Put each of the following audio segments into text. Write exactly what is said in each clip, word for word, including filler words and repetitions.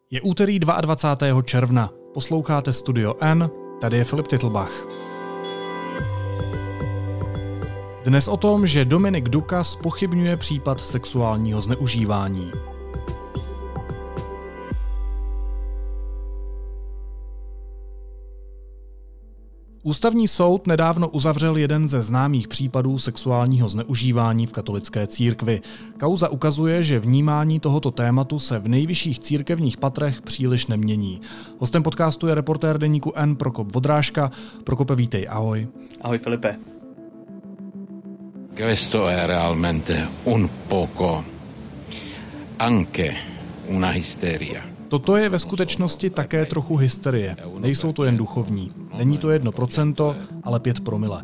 Je úterý dvacátého druhého června. Posloucháte Studio N, tady je Filip Titlbach. Dnes o tom, že Dominik Duka zpochybňuje případ sexuálního zneužívání. Ústavní soud nedávno uzavřel jeden ze známých případů sexuálního zneužívání v katolické církvi. Kauza ukazuje, že vnímání tohoto tématu se v nejvyšších církevních patrech příliš nemění. Hostem podcastu je reportér deníku N Prokop Vodrážka. Prokope, vítej, ahoj. Ahoj, Filipe. Questo è realmente un poco anche una hysteria. Toto je ve skutečnosti také trochu hysterie. Nejsou to jen duchovní. Není to jedno procento, ale pět promile.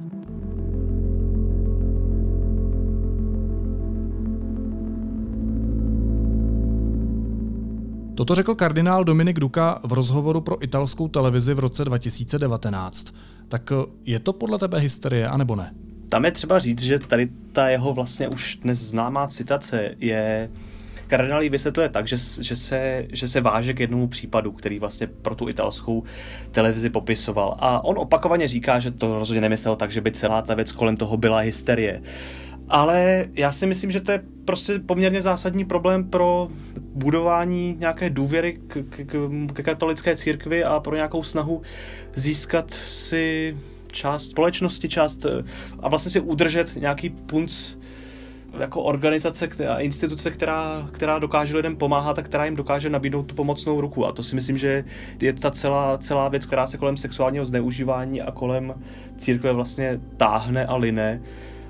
Toto řekl kardinál Dominik Duka v rozhovoru pro italskou televizi v roce dva tisíce devatenáct. Tak je to podle tebe hysterie, anebo ne? Tam je třeba říct, že tady ta jeho vlastně už dnes známá citace je... Kardinál ji vysvětluje tak, že, že, se, že se váže k jednomu případu, který vlastně pro tu italskou televizi popisoval. A on opakovaně říká, že to rozhodně nemyslel tak, že by celá ta věc kolem toho byla hysterie. Ale já si myslím, že to je prostě poměrně zásadní problém pro budování nějaké důvěry k, k, k katolické církvi a pro nějakou snahu získat si část společnosti, část a vlastně si udržet nějaký punc jako organizace a instituce, která, která dokáže lidem pomáhat a která jim dokáže nabídnout tu pomocnou ruku. A to si myslím, že je ta celá, celá věc, která se kolem sexuálního zneužívání a kolem církve vlastně táhne a line.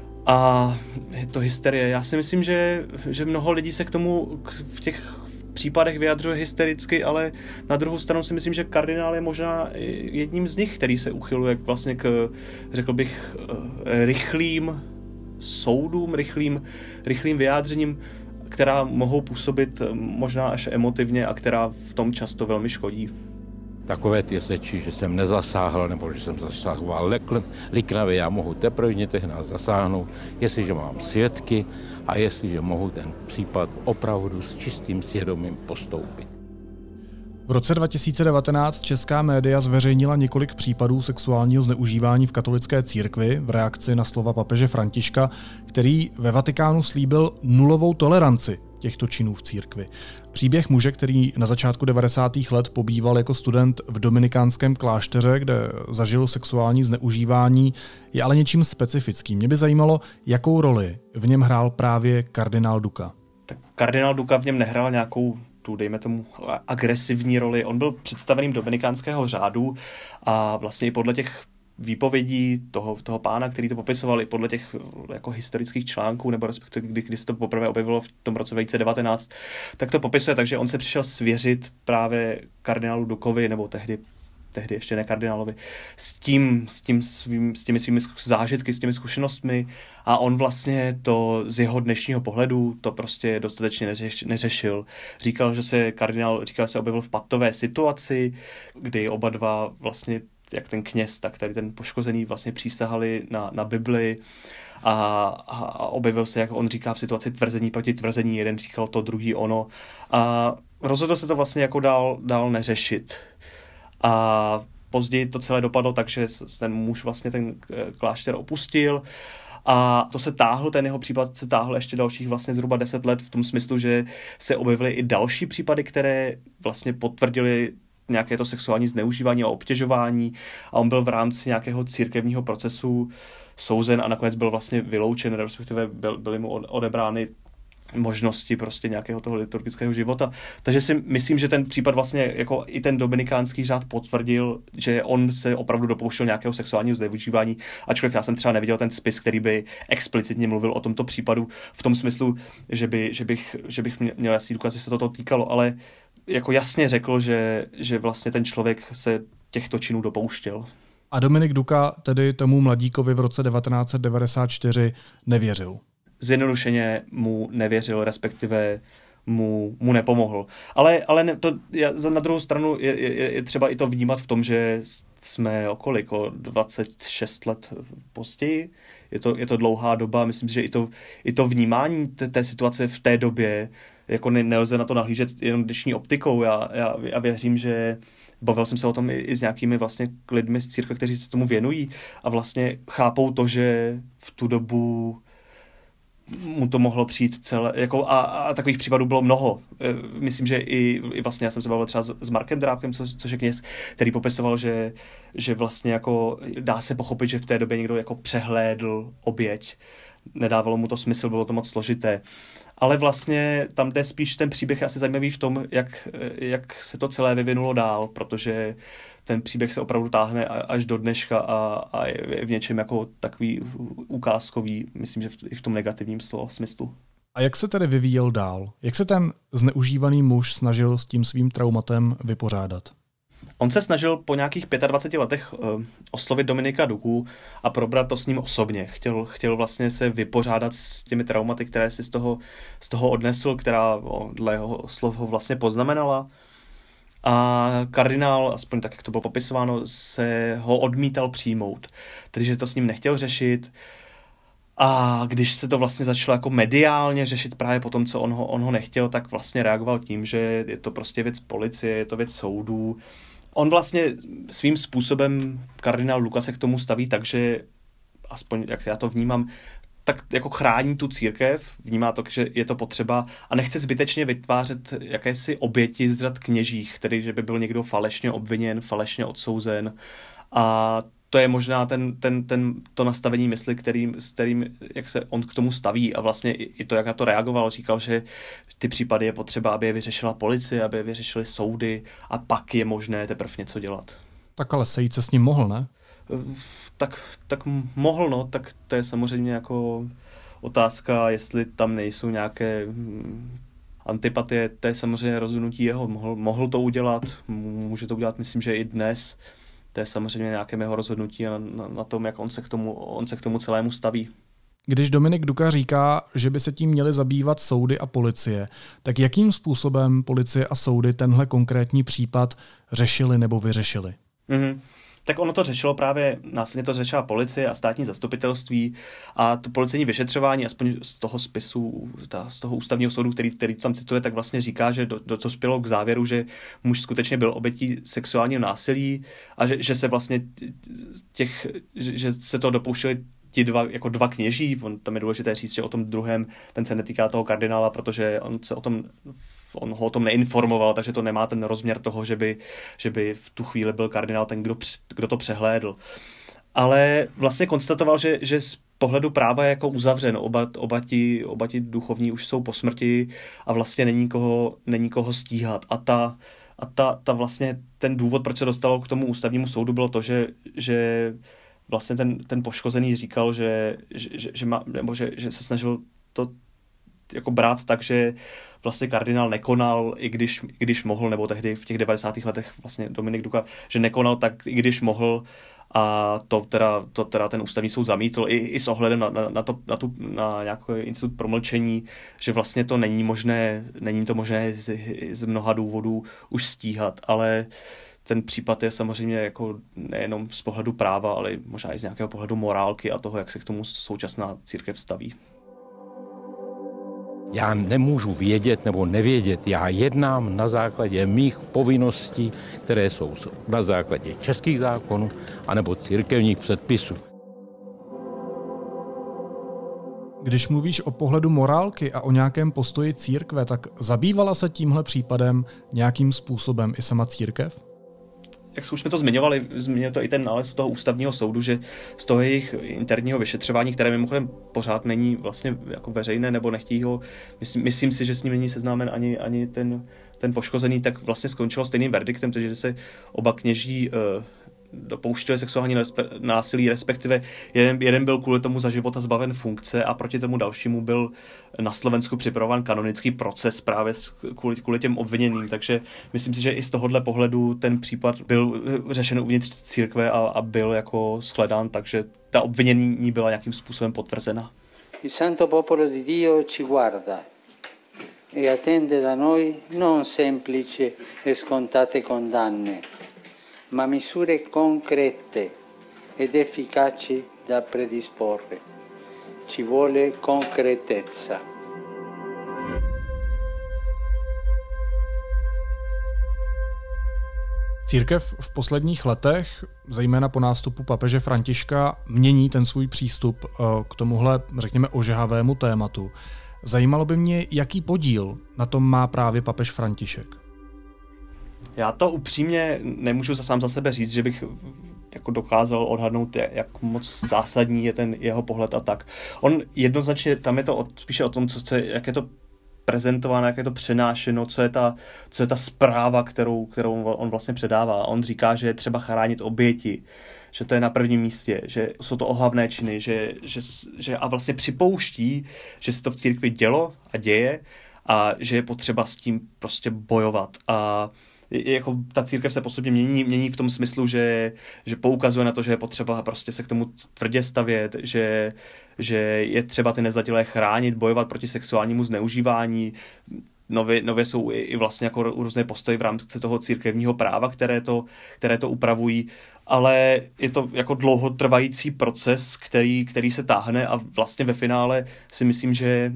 A je to hysterie. Já si myslím, že, že mnoho lidí se k tomu v těch případech vyjadřuje hystericky, ale na druhou stranu si myslím, že kardinál je možná jedním z nich, který se uchyluje vlastně k, řekl bych, rychlým soudům, rychlým, rychlým vyjádřením, která mohou působit možná až emotivně a která v tom často velmi škodí. Takové ty řeči, že jsem nezasáhl, nebo že jsem zasahoval liknavě, já mohu teprve tehdy zasáhnout, jestliže mám svědky a jestliže mohu ten případ opravdu s čistým svědomím postoupit. V roce dva tisíce devatenáct česká média zveřejnila několik případů sexuálního zneužívání v katolické církvi v reakci na slova papeže Františka, který ve Vatikánu slíbil nulovou toleranci těchto činů v církvi. Příběh muže, který na začátku devadesátých let pobýval jako student v dominikánském klášteře, kde zažil sexuální zneužívání, je ale něčím specifickým. Mě by zajímalo, jakou roli v něm hrál právě kardinál Duka. Tak kardinál Duka v něm nehrál nějakou tu, dejme tomu, agresivní roli. On byl představeným dominikánského řádu a vlastně i podle těch výpovědí toho, toho pána, který to popisoval, i podle těch jako historických článků, nebo respektive kdy, kdy se to poprvé objevilo v tom roce dva tisíce devatenáct, tak to popisuje, takže on se přišel svěřit právě kardinálu Dukovi, nebo tehdy tehdy ještě ne kardinálovi, s tím, s tím svým, s těmi svými zážitky, s těmi zkušenostmi a on vlastně to z jeho dnešního pohledu to prostě dostatečně neřeš, neřešil. Říkal, že se kardinál, říkal, že se objevil v patové situaci, kdy oba dva vlastně, jak ten kněz, tak tady ten poškozený vlastně přísahali na, na Bibli a, a objevil se, jak on říká, v situaci tvrzení proti tvrzení, jeden říkal to, druhý ono a rozhodl se to vlastně jako dál, dál neřešit. A později to celé dopadlo tak, že ten muž vlastně ten klášter opustil a to se táhlo, ten jeho případ se táhl ještě dalších vlastně zhruba deset let v tom smyslu, že se objevily i další případy, které vlastně potvrdily nějaké to sexuální zneužívání a obtěžování a on byl v rámci nějakého církevního procesu souzen a nakonec byl vlastně vyloučen, respektive byl, byly mu odebrány možnosti prostě nějakého toho liturgického života. Takže si myslím, že ten případ vlastně jako i ten dominikánský řád potvrdil, že on se opravdu dopouštěl nějakého sexuálního zneužívání, ačkoliv já jsem třeba neviděl ten spis, který by explicitně mluvil o tomto případu v tom smyslu, že, by, že, bych, že bych měl jasný důkaz, že se toto týkalo, ale jako jasně řekl, že, že vlastně ten člověk se těchto činů dopouštěl. A Dominik Duka tedy tomu mladíkovi v roce devatenáct set devadesát čtyři nevěřil. Zjednodušeně mu nevěřil, respektive mu, mu nepomohl. Ale, ale ne, to, já, na druhou stranu je, je, je třeba i to vnímat v tom, že jsme o kolik, o dvacet šest let později. Je to, je to dlouhá doba, myslím si, že i to, i to vnímání té, té situace v té době jako ne, nelze na to nahlížet jenom dnešní optikou. Já, já, já věřím, že bavil jsem se o tom i, i s nějakými vlastně lidmi z církve, kteří se tomu věnují a vlastně chápou to, že v tu dobu mu to mohlo přijít celé, jako a, a takových případů bylo mnoho. Myslím, že i, i vlastně já jsem se bavil třeba s, s Markem Drábkem, co, což je kněz, který popisoval, že, že vlastně jako dá se pochopit, že v té době někdo jako přehlédl oběť. Nedávalo mu to smysl, bylo to moc složité. Ale vlastně tam jde spíš ten příběh je asi zajímavý v tom, jak, jak se to celé vyvinulo dál, protože ten příběh se opravdu táhne až do dneška a, a je v něčem jako takový ukázkový, myslím, že v, i v tom negativním slova smyslu. A jak se tedy vyvíjel dál? Jak se ten zneužívaný muž snažil s tím svým traumatem vypořádat? On se snažil po nějakých dvaceti pěti letech uh, oslovit Dominika Duku a probrat to s ním osobně. Chtěl, chtěl vlastně se vypořádat s těmi traumaty, které si z toho, z toho odnesl, která o, dle jeho slov ho vlastně poznamenala. A kardinál, aspoň tak, jak to bylo popisováno, se ho odmítal přijmout. Tedy, že to s ním nechtěl řešit. A když se to vlastně začalo jako mediálně řešit právě po tom, co on ho, on ho nechtěl, tak vlastně reagoval tím, že je to prostě věc policie, je to věc soudů. On vlastně svým způsobem, kardinál Luka se k tomu staví tak, že aspoň jak já to vnímám, tak jako chrání tu církev, vnímá to, že je to potřeba a nechce zbytečně vytvářet jakési oběti z řad kněžích, tedy že by byl někdo falešně obviněn, falešně odsouzen. A to je možná ten, ten, ten, to nastavení mysli, kterým, s kterým, jak se on k tomu staví a vlastně i, i to, jak na to reagoval, říkal, že ty případy je potřeba, aby je vyřešila policie, aby je vyřešily soudy a pak je možné teprve něco dělat. Tak ale sejít se s ním mohl, ne? Tak, tak mohl, no, tak to je samozřejmě jako otázka, jestli tam nejsou nějaké antipatie, to je samozřejmě rozhodnutí jeho, mohl, mohl to udělat, může to udělat, myslím, že i dnes. To je samozřejmě nějaké jeho rozhodnutí na, na, na tom, jak on se, k tomu, on se k tomu celému staví. Když Dominik Duka říká, že by se tím měly zabývat soudy a policie, tak jakým způsobem policie a soudy tenhle konkrétní případ řešili nebo vyřešili? Mm-hmm. Tak ono to řešilo právě, následně to řešila policie a státní zastupitelství a to policejní vyšetřování, aspoň z toho spisu, ta, z toho ústavního soudu, který, který to tam cituje, tak vlastně říká, že do, do to spělo k závěru, že muž skutečně byl obětí sexuálního násilí a že, že se vlastně těch, že, že se to dopouštěli ti dva, jako dva kněží, on, tam je důležité říct, že o tom druhém, ten se netýká toho kardinála, protože on se o tom, on ho o tom neinformoval, takže to nemá ten rozměr toho, že by, že by v tu chvíli byl kardinál ten, kdo, kdo to přehlédl. Ale vlastně konstatoval, že, že z pohledu práva je jako uzavřen. Oba, oba, ti, oba ti duchovní už jsou po smrti a vlastně není koho, není koho stíhat. A ta, a ta, ta vlastně ten důvod, proč se dostalo k tomu ústavnímu soudu, bylo to, že, že vlastně ten, ten poškozený říkal, že, že, že, má, nebo že, že se snažil to jako brát tak, že vlastně kardinál nekonal, i když, i když mohl, nebo tehdy v těch devadesátých letech vlastně Dominik Duka, že nekonal tak, i když mohl, a to teda, to teda ten ústavní soud zamítl i, i s ohledem na, na, na, to, na, tu, na nějaký institut promlčení, že vlastně to není možné, není to možné z, z mnoha důvodů už stíhat, ale ten případ je samozřejmě jako nejenom z pohledu práva, ale možná i z nějakého pohledu morálky a toho, jak se k tomu současná církev staví. Já nemůžu vědět nebo nevědět. Já jednám na základě mých povinností, které jsou na základě českých zákonů anebo církevních předpisů. Když mluvíš o pohledu morálky a o nějakém postoji církve, tak zabývala se tímhle případem nějakým způsobem i sama církev? Jak už jsme to zmiňovali, zmínil to i ten nález toho ústavního soudu, že z toho jejich interního vyšetřování, které mimochodem pořád není vlastně jako veřejné, nebo nechtějí ho, myslím, myslím si, že s ním není seznámen ani, ani ten, ten poškozený, tak vlastně skončilo stejným verdiktem, takže se oba kněží uh, dopouštěli sexuální násilí, respektive jeden, jeden byl kvůli tomu za života zbaven funkce a proti tomu dalšímu byl na Slovensku připravován kanonický proces právě kvůli, kvůli těm obviněným. Takže myslím si, že i z tohohle pohledu ten případ byl řešen uvnitř církve a, a byl jako shledán, takže ta obvinění byla nějakým způsobem potvrzena. Il santo popolo di Dio ci guarda e attende da noi non semplici e scontate condanne, ma misure concrete ed efficaci da predisporre. Ci vuole concretezza. Církev v posledních letech, zejména po nástupu papeže Františka, mění ten svůj přístup k tomuhle, řekněme, ožehavému tématu. Zajímalo by mě, jaký podíl na tom má právě papež František. Já to upřímně nemůžu sám za sebe říct, že bych jako dokázal odhadnout, jak moc zásadní je ten jeho pohled a tak. On jednoznačně, tam je to spíše o tom, co chce, jak je to prezentováno, jak je to přenášeno, co je ta, co je ta zpráva, kterou, kterou on vlastně předává. On říká, že je třeba chránit oběti, že to je na prvním místě, že jsou to ohavné činy, že, že, že a vlastně připouští, že se to v církvi dělo a děje a že je potřeba s tím prostě bojovat. A jako ta církev se postupně mění, mění v tom smyslu, že, že poukazuje na to, že je potřeba prostě se k tomu tvrdě stavět, že, že je třeba ty nezletilé chránit, bojovat proti sexuálnímu zneužívání. Nově, nově jsou i, i vlastně jako různé postoje v rámci toho církevního práva, které to, které to upravují, ale je to jako dlouhotrvající proces, který, který se táhne a vlastně ve finále si myslím, že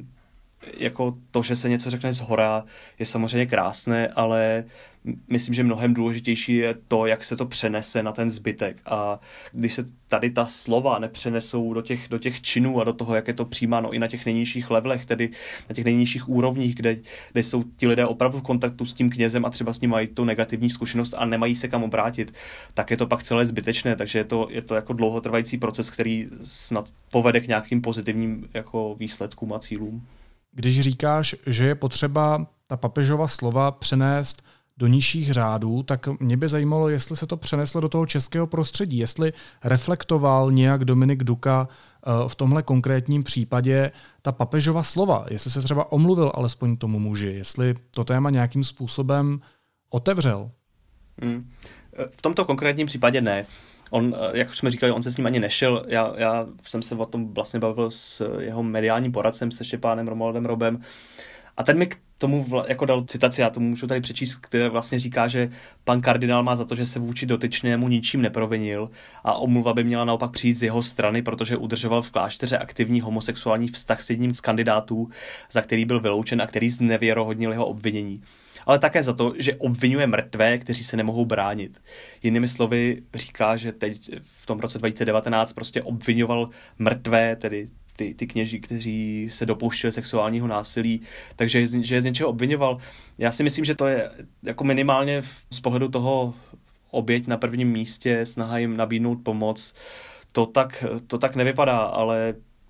jako to, že se něco řekne zhora, je samozřejmě krásné, ale myslím, že mnohem důležitější je to, jak se to přenese na ten zbytek. A když se tady ta slova nepřenesou do těch, do těch činů a do toho, jak je to přijímáno i na těch nejnižších levelech, tedy na těch nejnižších úrovních, kde, kde jsou ti lidé opravdu v kontaktu s tím knězem a třeba s ním mají tu negativní zkušenost a nemají se kam obrátit, tak je to pak celé zbytečné. Takže je to, je to jako dlouhotrvající proces, který snad povede k nějakým pozitivním jako výsledkům a cílům. Když říkáš, že je potřeba ta papežova slova přenést do nižších řádů, tak mě by zajímalo, jestli se to přeneslo do toho českého prostředí, jestli reflektoval nějak Dominik Duka v tomhle konkrétním případě ta papežova slova, jestli se třeba omluvil alespoň tomu muži, jestli to téma nějakým způsobem otevřel. Hmm. V tomto konkrétním případě ne. On, jak už jsme říkali, on se s ním ani nešel. Já, já jsem se o tom vlastně bavil s jeho mediálním poradcem, se Štěpánem Romualdem Robem. A ten mi k tomu vla, jako dal citaci, já to můžu tady přečíst, které vlastně říká, že pan kardinál má za to, že se vůči dotyčnému ničím neprovinil a omluva by měla naopak přijít z jeho strany, protože udržoval v klášteře aktivní homosexuální vztah s jedním z kandidátů, za který byl vyloučen a který znevěrohodnil jeho obvinění. Ale také za to, že obvinuje mrtvé, kteří se nemohou bránit. Jinými slovy říká, že teď v tom roce dva tisíce devatenáct prostě obvinoval mrtvé, tedy ty, ty kněži, kteří se dopouštěli sexuálního násilí, takže že je z něčeho obvinoval. Já si myslím, že to je jako minimálně z pohledu toho oběť na prvním místě, snaha jim nabídnout pomoc. To tak, to tak nevypadá, ale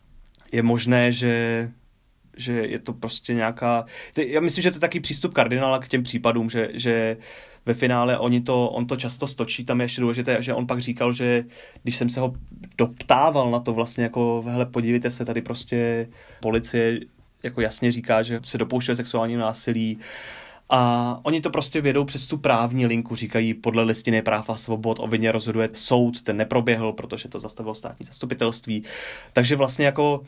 je možné, že že je to prostě nějaká... Já myslím, že to je taky přístup kardinála k těm případům, že, že ve finále oni to, on to často stočí, tam je ještě důležité, že on pak říkal, že když jsem se ho doptával na to vlastně jako, hele, podívejte se, tady prostě policie jako jasně říká, že se dopouštěl sexuálního násilí a oni to prostě vědou přes tu právní linku, říkají podle listiny práv a svobod, o vině rozhoduje soud, ten neproběhl, protože to zastavilo státní zastupitelství. Takže vlastně jako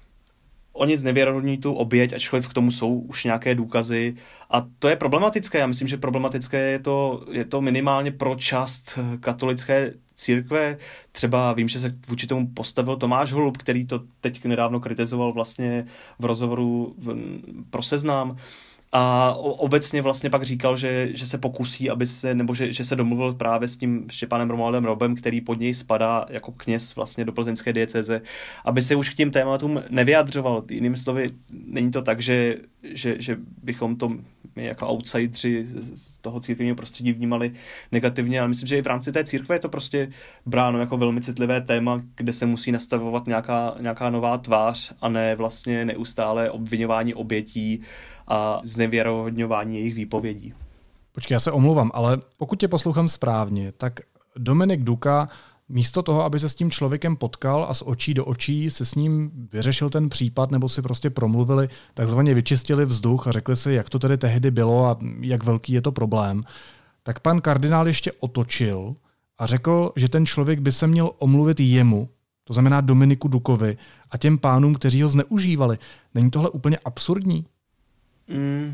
oni znevěrohodní tu oběť, ačkoliv k tomu jsou už nějaké důkazy. A to je problematické. Já myslím, že problematické je to, je to minimálně pro část katolické církve. Třeba vím, že se vůči tomu postavil Tomáš Holub, který to teď nedávno kritizoval vlastně v rozhovoru pro Seznam. A obecně vlastně pak říkal, že, že se pokusí, aby se, nebo že, že se domluvil právě s tím Štěpánem Romualdem Robem, který pod něj spadá jako kněz vlastně do plzeňské diecéze, aby se už k těm tématům nevyjadřoval. Jinými slovy, není to tak, že, že, že bychom to my jako outsideri z toho církevního prostředí vnímali negativně, ale myslím, že i v rámci té církve je to prostě bráno jako velmi citlivé téma, kde se musí nastavovat nějaká, nějaká nová tvář a ne vlastně neustále obviňování obětí a znevěrohodňování jejich výpovědí. Počkej, já se omluvám, ale pokud tě poslouchám správně, tak Dominik Duka místo toho, aby se s tím člověkem potkal a z očí do očí se s ním vyřešil ten případ nebo si prostě promluvili, takzvaně vyčistili vzduch a řekli si, jak to tedy tehdy bylo a jak velký je to problém, tak pan kardinál ještě otočil a řekl, že ten člověk by se měl omluvit jemu, to znamená Dominiku Dukovi a těm pánům, kteří ho zneužívali. Není tohle úplně absurdní? Mm,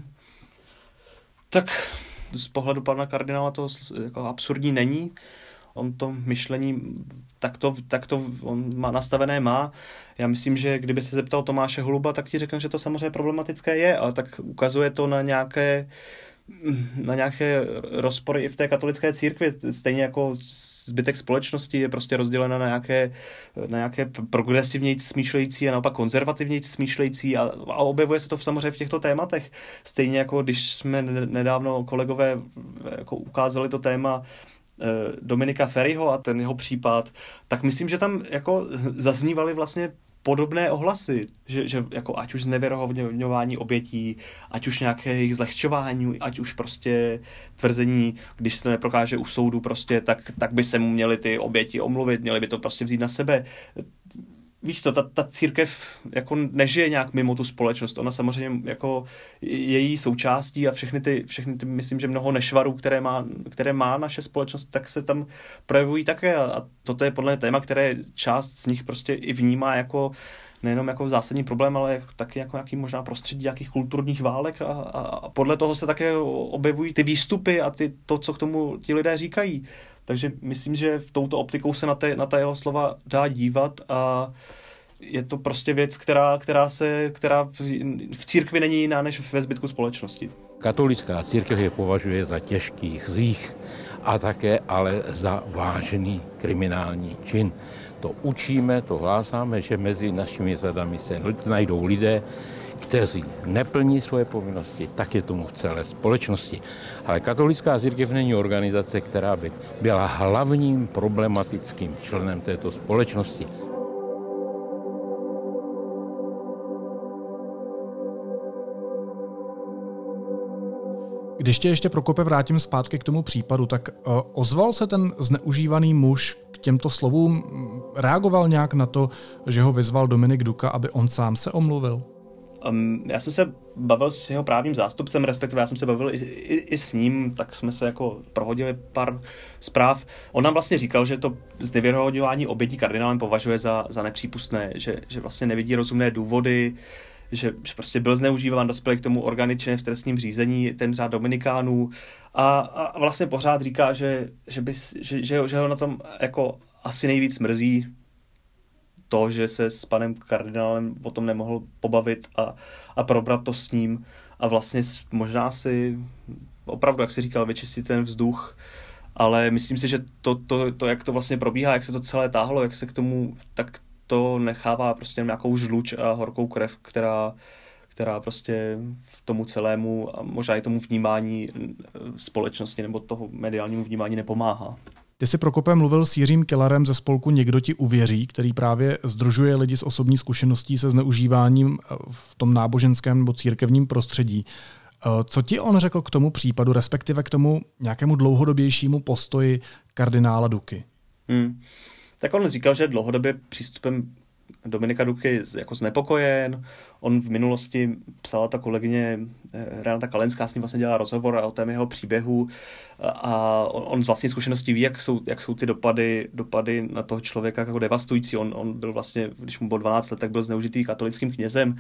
tak z pohledu pana kardinála to jako absurdní není. On to myšlení takto, takto on má nastavené má. Já myslím, že kdyby se zeptal Tomáše Holuba, tak ti řekne, že to samozřejmě problematické je, ale tak ukazuje to na nějaké na nějaké rozpory i v té katolické církvi. Stejně jako zbytek společnosti je prostě rozdělena na nějaké, na nějaké progresivněji smýšlející a naopak konzervativněji smýšlející a, a objevuje se to v, samozřejmě v těchto tématech. Stejně jako když jsme nedávno kolegové jako ukázali to téma Dominika Ferryho a ten jeho případ, tak myslím, že tam jako zaznívaly vlastně podobné ohlasy, že, že jako ať už znevěrohodňování obětí, ať už nějaké jejich zlehčování, ať už prostě tvrzení, když se to neprokáže u soudu prostě, tak, tak by se mu měly ty oběti omluvit, měly by to prostě vzít na sebe. Víš co, ta, ta církev jako nežije nějak mimo tu společnost, ona samozřejmě jako její součástí a všechny ty, všechny ty, myslím, že mnoho nešvarů, které má, které má naše společnost, tak se tam projevují také a toto je podle mě téma, které část z nich prostě i vnímá jako nejenom jako zásadní problém, ale taky jako nějaký možná prostředí nějakých kulturních válek a, a, a podle toho se také objevují ty výstupy a ty, to, co k tomu ti lidé říkají. Takže myslím, že v touto optikou se na, té, na ta jeho slova dá dívat a je to prostě věc, která, která, se, která v církvi není jiná než ve zbytku společnosti. Katolická církev je považuje za těžký hřích a také ale za vážný kriminální čin. To učíme, to hlásáme, že mezi našimi zadami se najdou lidé, kteří neplní svoje povinnosti, tak je tomu v celé společnosti. Ale katolická církev není organizace, která by byla hlavním problematickým členem této společnosti. Když tě ještě, Prokope, vrátím zpátky k tomu případu, tak uh, ozval se ten zneužívaný muž k těmto slovům, reagoval nějak na to, že ho vyzval Dominik Duka, aby on sám se omluvil? Um, já jsem se bavil s jeho právním zástupcem, respektive já jsem se bavil i, i, i s ním, tak jsme se jako prohodili pár zpráv. On nám vlastně říkal, že to znevěrohodňování obětí kardinálem považuje za, za nepřípustné, že, že vlastně nevidí rozumné důvody, že, že prostě byl zneužíván, dospěl k tomu orgány činné v trestním řízení, ten řád Dominikánů a, a vlastně pořád říká, že, že, by, že, že, že ho na tom jako asi nejvíc mrzí to, že se s panem kardinálem o tom nemohl pobavit a, a probrat to s ním a vlastně možná si opravdu, jak jsi říkal, vyčistit ten vzduch, ale myslím si, že to, to, to, jak to vlastně probíhá, jak se to celé táhlo, jak se k tomu, tak to nechává prostě nějakou žluč a horkou krev, která, která prostě v tomu celému a možná i tomu vnímání společnosti nebo toho mediálnímu vnímání nepomáhá. Ty jsi, Prokope, mluvil s Jiřím Kellerem ze spolku Někdo ti uvěří, který právě sdružuje lidi s osobní zkušeností se zneužíváním v tom náboženském nebo církevním prostředí. Co ti on řekl k tomu případu, respektive k tomu nějakému dlouhodobějšímu postoji kardinála Duky? Hmm. Tak on říkal, že dlouhodobě přístupem Dominika Duky jako znepokojen. On v minulosti psala ta kolegyně Renata Kalenská, s ním vlastně dělala rozhovor o tom jeho příběhu a on z vlastní zkušeností ví, jak jsou, jak jsou ty dopady, dopady na toho člověka jako devastující. On, on byl vlastně, když mu bylo dvanáct let, tak byl zneužitý katolickým knězem.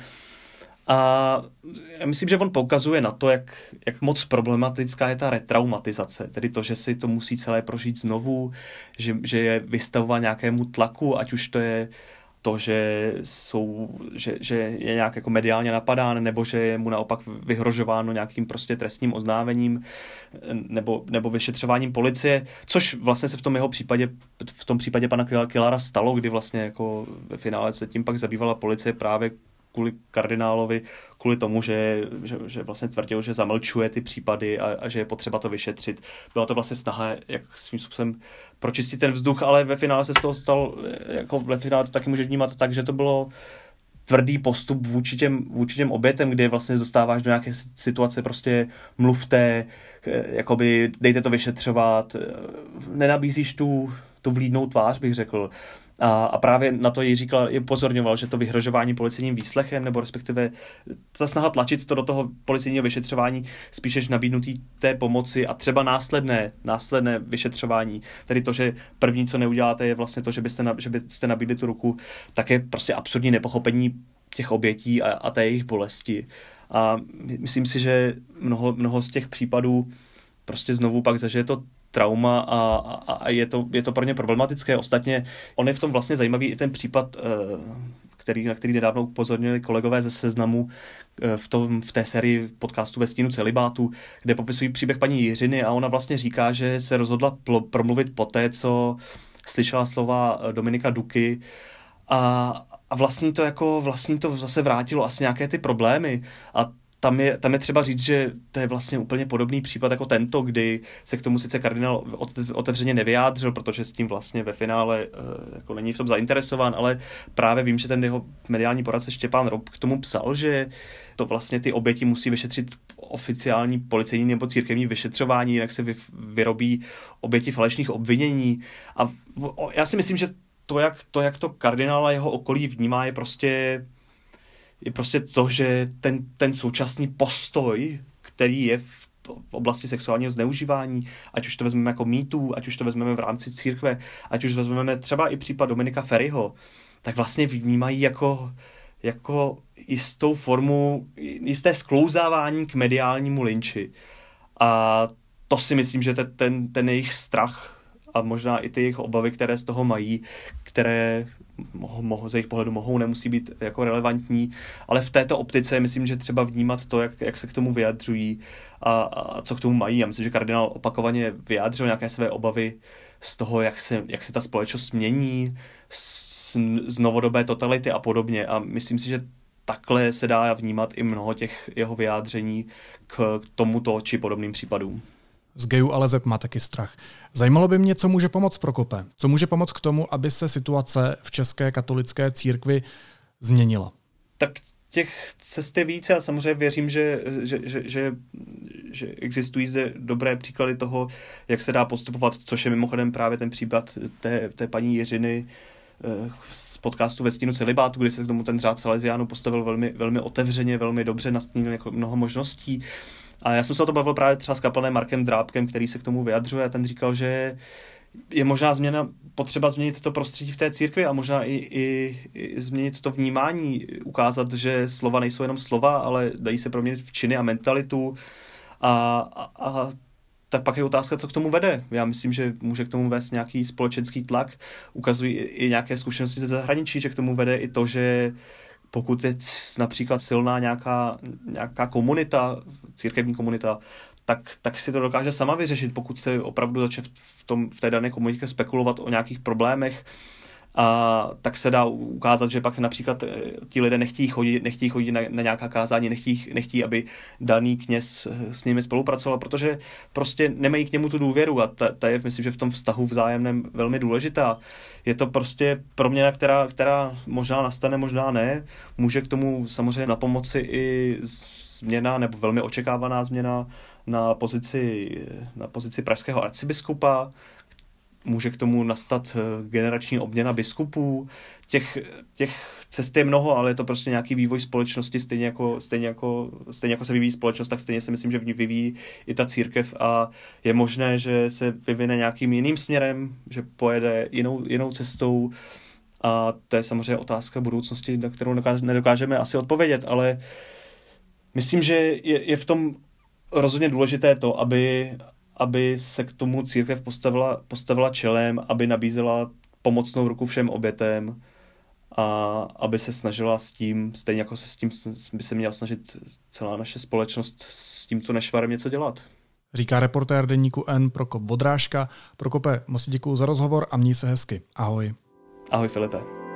A já myslím, že on poukazuje na to, jak, jak moc problematická je ta retraumatizace, tedy to, že si to musí celé prožít znovu, že, že je vystavován nějakému tlaku, ať už to je to, že, jsou, že, že je nějak jako mediálně napadán, nebo že je mu naopak vyhrožováno nějakým prostě trestním oznámením nebo, nebo vyšetřováním policie, což vlastně se v tom jeho případě, v tom případě pana Kellara stalo, kdy vlastně jako ve finále se tím pak zabývala policie právě kvůli kardinálovi, kvůli tomu, že, že, že vlastně tvrdil, že zamlčuje ty případy a, a že je potřeba to vyšetřit. Byla to vlastně snaha, jak svým způsobem pročistit ten vzduch, ale ve finále se z toho stal, jako ve finále to taky může vnímat tak, že to bylo tvrdý postup vůči těm, vůči těm obětem, kdy vlastně dostáváš do nějaké situace, prostě mluvte, jakoby dejte to vyšetřovat, nenabízíš tu, tu vlídnou tvář, bych řekl. A, a právě na to Jiří Keller i upozorňoval, že to vyhrožování policejním výslechem, nebo respektive ta snaha tlačit to do toho policejního vyšetřování spíš než nabídnutí té pomoci a třeba následné, následné vyšetřování, tedy to, že první, co neuděláte, je vlastně to, že byste, na, že byste nabídli tu ruku, tak je prostě absurdní nepochopení těch obětí a, a té jejich bolesti. A myslím si, že mnoho, mnoho z těch případů prostě znovu pak zažije to trauma a, a, a je, to, je to pro ně problematické. Ostatně on je v tom vlastně zajímavý i ten případ uh, který, na který nedávno upozornili kolegové ze Seznamu v, tom, v té sérii podcastu Ve stínu celibátu, kde popisují příběh paní Jiřiny a ona vlastně říká, že se rozhodla pl- promluvit poté, co slyšela slova Dominika Duky a, a vlastně to jako vlastně to zase vrátilo asi nějaké ty problémy a Tam je, tam je třeba říct, že to je vlastně úplně podobný případ jako tento, kdy se k tomu sice kardinál otevřeně nevyjádřil, protože s tím vlastně ve finále jako není v tom zainteresován, ale právě vím, že ten jeho mediální poradce Štěpán Rob k tomu psal, že to vlastně ty oběti musí vyšetřit oficiální policejní nebo církevní vyšetřování, jinak se vy, vyrobí oběti falešných obvinění. A já si myslím, že to, jak to, jak to kardinál a jeho okolí vnímá, je prostě je prostě to, že ten, ten současný postoj, který je v, to, v oblasti sexuálního zneužívání, ať už to vezmeme jako mýtu, ať už to vezmeme v rámci církve, ať už vezmeme třeba i případ Dominika Feriho, tak vlastně vnímají jako, jako jistou formu, jisté sklouzávání k mediálnímu lynči. A to si myslím, že ten, ten, ten jejich strach a možná i ty jejich obavy, které z toho mají, které mohou, mohou, z jejich pohledu mohou, nemusí být jako relevantní, ale v této optice myslím, že třeba vnímat to, jak, jak se k tomu vyjadřují a, a co k tomu mají. Já myslím, že kardinál opakovaně vyjádřil nějaké své obavy z toho, jak se, jak se ta společnost mění, z, z novodobé totality a podobně. A myslím si, že takhle se dá vnímat i mnoho těch jeho vyjádření k tomuto či podobným případům. Z gayů ale Zep má taky strach. Zajímalo by mě, co může pomoct Prokope. Co může pomoct k tomu, aby se situace v české katolické církvi změnila? Tak těch cest je více a samozřejmě věřím, že, že, že, že, že existují zde dobré příklady toho, jak se dá postupovat, což je mimochodem právě ten případ té, té paní Jiřiny z podcastu Ve stínu celibátu, kdy se k tomu ten řád Salesiánů postavil velmi, velmi otevřeně, velmi dobře, nastínil jako mnoho možností. A já jsem se o to bavil právě třeba s kaplanem Markem Drábkem, který se k tomu vyjadřuje a ten říkal, že je možná změna, potřeba změnit to prostředí v té církvi a možná i, i, i změnit to vnímání, ukázat, že slova nejsou jenom slova, ale dají se proměnit v činy a mentalitu a, a, a tak pak je otázka, co k tomu vede. Já myslím, že může k tomu vést nějaký společenský tlak, ukazují i nějaké zkušenosti ze zahraničí, že k tomu vede i to, že pokud je například silná nějaká, nějaká komunita, církevní komunita, tak, tak si to dokáže sama vyřešit, pokud se opravdu začne v, tom, v té dané komunitě spekulovat o nějakých problémech, a tak se dá ukázat, že pak například ti lidé nechtějí chodit, nechtějí chodit na, na nějaká kázání, nechtějí, nechtějí, aby daný kněz s nimi spolupracoval, protože prostě nemají k němu tu důvěru a ta, ta je, myslím, že v tom vztahu vzájemném velmi důležitá. Je to prostě proměna, která, která možná nastane, možná ne. Může k tomu samozřejmě na pomoci i změna, nebo velmi očekávaná změna na pozici, na pozici pražského arcibiskupa. Může k tomu nastat generační obměna biskupů. Těch, těch cest je mnoho, ale je to prostě nějaký vývoj společnosti, stejně jako, stejně, jako, stejně jako se vyvíjí společnost, tak stejně si myslím, že v ní vyvíjí i ta církev a je možné, že se vyvine nějakým jiným směrem, že pojede jinou, jinou cestou a to je samozřejmě otázka budoucnosti, na kterou nedokážeme asi odpovědět, ale myslím, že je, je v tom rozhodně důležité to, aby aby se k tomu církev postavila, postavila čelem, aby nabízela pomocnou ruku všem obětem a aby se snažila s tím, stejně jako se s tím by se měla snažit celá naše společnost s tímto nešvarem něco dělat. Říká reportér deníku N Prokop Vodrážka. Prokope, moc děkuju za rozhovor a měj se hezky. Ahoj. Ahoj Filipe.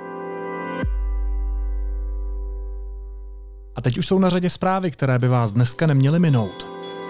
A teď už jsou na řadě zprávy, které by vás dneska neměly minout.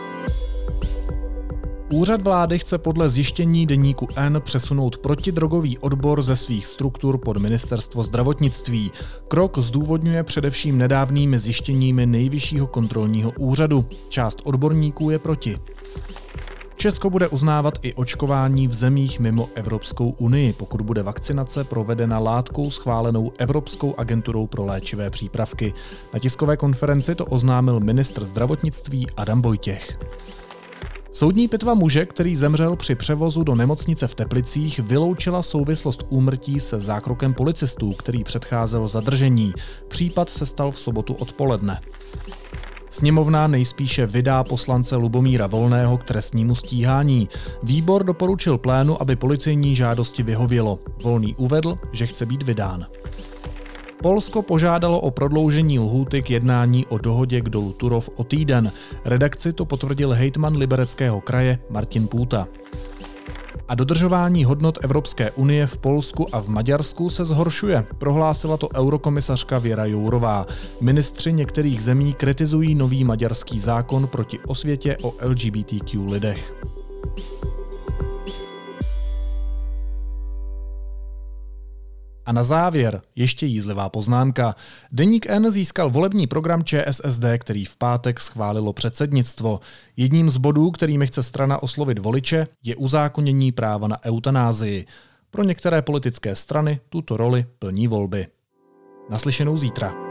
Úřad vlády chce podle zjištění deníku N přesunout protidrogový odbor ze svých struktur pod ministerstvo zdravotnictví. Krok zdůvodňuje především nedávnými zjištěními Nejvyššího kontrolního úřadu. Část odborníků je proti. Česko bude uznávat i očkování v zemích mimo Evropskou unii, pokud bude vakcinace provedena látkou schválenou Evropskou agenturou pro léčivé přípravky. Na tiskové konferenci to oznámil ministr zdravotnictví Adam Vojtěch. Soudní pitva muže, který zemřel při převozu do nemocnice v Teplicích, vyloučila souvislost úmrtí se zákrokem policistů, který předcházel zadržení. Případ se stal v sobotu odpoledne. Sněmovna nejspíše vydá poslance Lubomíra Volného k trestnímu stíhání. Výbor doporučil plénu, aby policejní žádosti vyhovělo. Volný uvedl, že chce být vydán. Polsko požádalo o prodloužení lhůty k jednání o dohodě k dolu Turów o týden. Redakci to potvrdil hejtman Libereckého kraje Martin Půta. A dodržování hodnot Evropské unie v Polsku a v Maďarsku se zhoršuje, prohlásila to eurokomisařka Věra Jourová. Ministři některých zemí kritizují nový maďarský zákon proti osvětě o L G B T Q lidech. A na závěr ještě jízlivá poznámka. Deník N získal volební program Č S S D, který v pátek schválilo předsednictvo. Jedním z bodů, kterými chce strana oslovit voliče, je uzákonění práva na eutanázii. Pro některé politické strany tuto roli plní volby. Naslyšenou zítra.